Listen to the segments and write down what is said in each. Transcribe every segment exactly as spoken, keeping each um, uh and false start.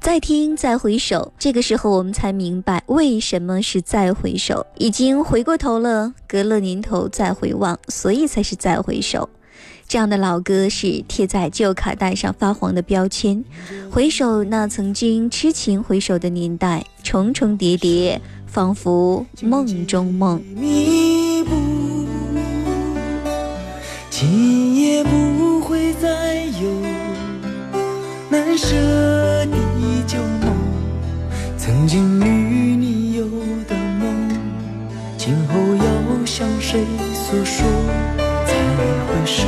再听再回首，这个时候我们才明白为什么是再回首，已经回过头了，隔了年头再回望，所以才是再回首。这样的老歌是贴在旧卡带上发黄的标签，回首那曾经痴情回首的年代，重重叠叠，仿佛梦中梦。 弥补，今夜不会再有难舍的旧梦，曾经与你有的梦，今后要向谁诉说？再回首，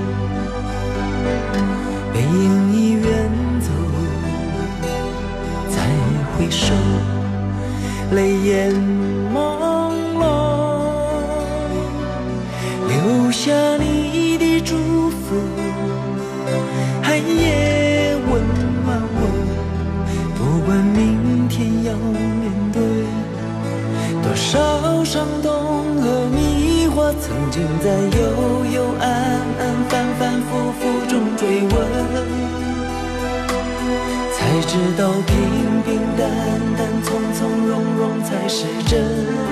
背影已远走，再回首，泪眼朦胧，留下你的祝福，寒夜温暖我，不管明天要面对多少伤痛和迷惑，曾经在幽幽暗暗反反复复中追问，才知道平平淡淡从从容容才是真。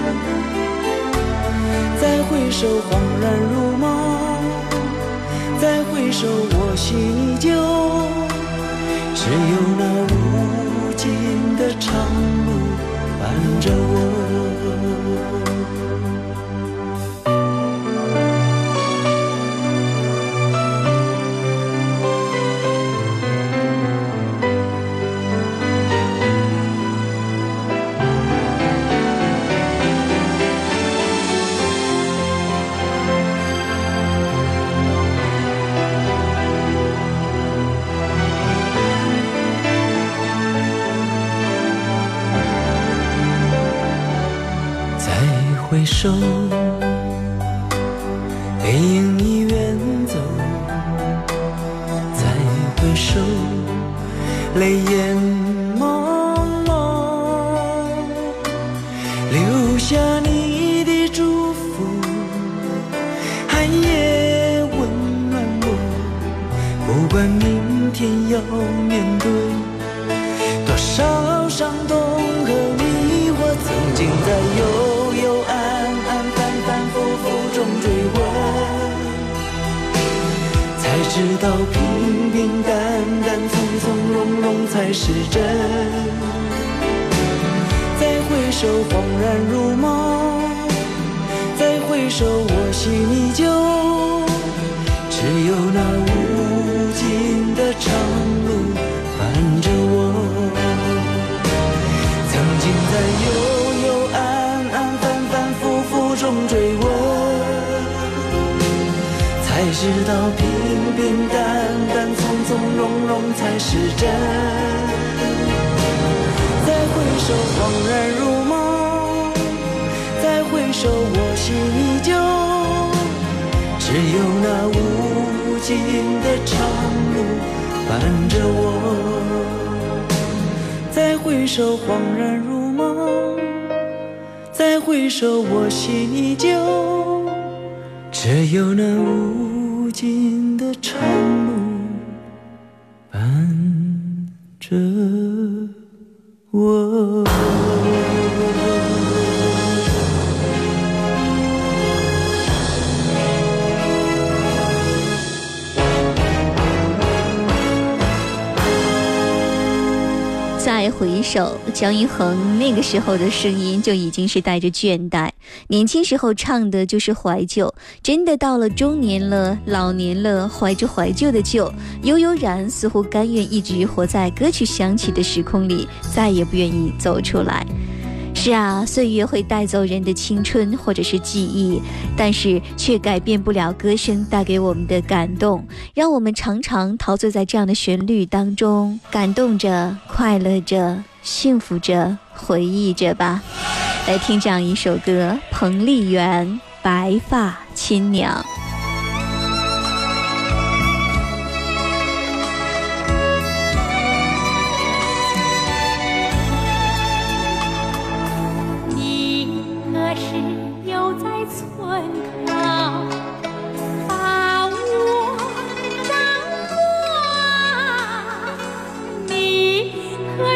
再回首恍然如梦，再回首我心依旧，只有那无尽的长路伴着我。回首，背影已远走，再回首，泪眼朦胧，留下你的祝福，寒夜温暖我，不管明天要面对多少伤痛和迷惑，曾经在有知道平平淡淡从从容容才是真。再回首恍然如梦，再回首我心依旧，只有那无尽的长路伴着我。曾经在幽幽暗暗反反复复中追问，才知道平平淡淡从从容容才是真。再回首恍然如梦，再回首我心依旧，只有那无尽的长路伴着我。再回首恍然如梦，再回首我心依旧，只有那无尽的长路伴着我。 再回首，姜育恒那个时候的声音就已经是带着倦怠，年轻时候唱的就是怀旧，真的到了中年了，老年了，怀着怀旧的旧，悠悠然似乎甘愿一直活在歌曲响起的时空里，再也不愿意走出来。是啊，岁月会带走人的青春或者是记忆，但是却改变不了歌声带给我们的感动，让我们常常陶醉在这样的旋律当中，感动着，快乐着，幸福着，回忆着吧。来听这样一首歌，彭丽媛《白发亲娘》。 可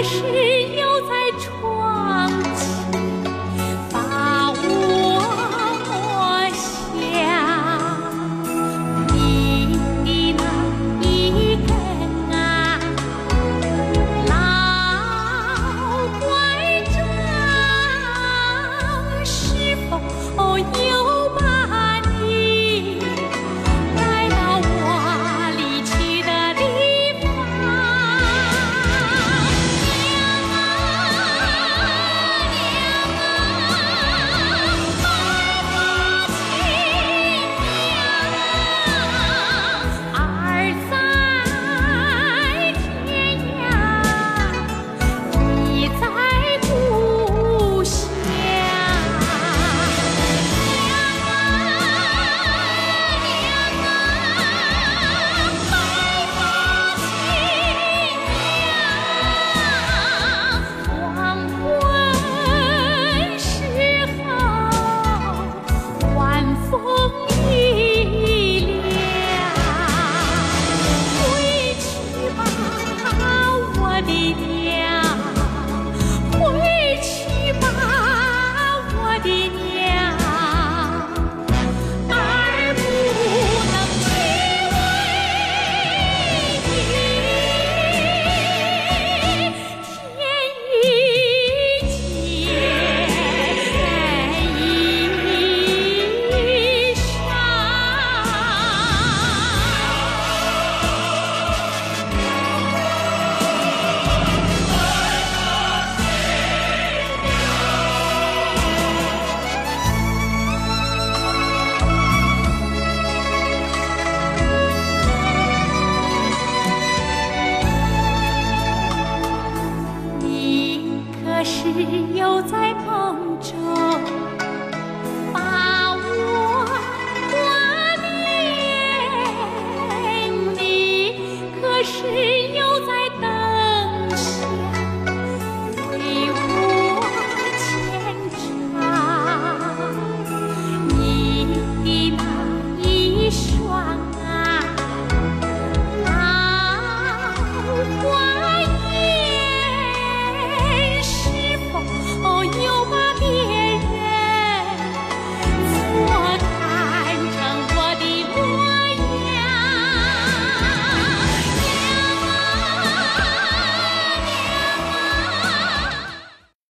是又在梦中。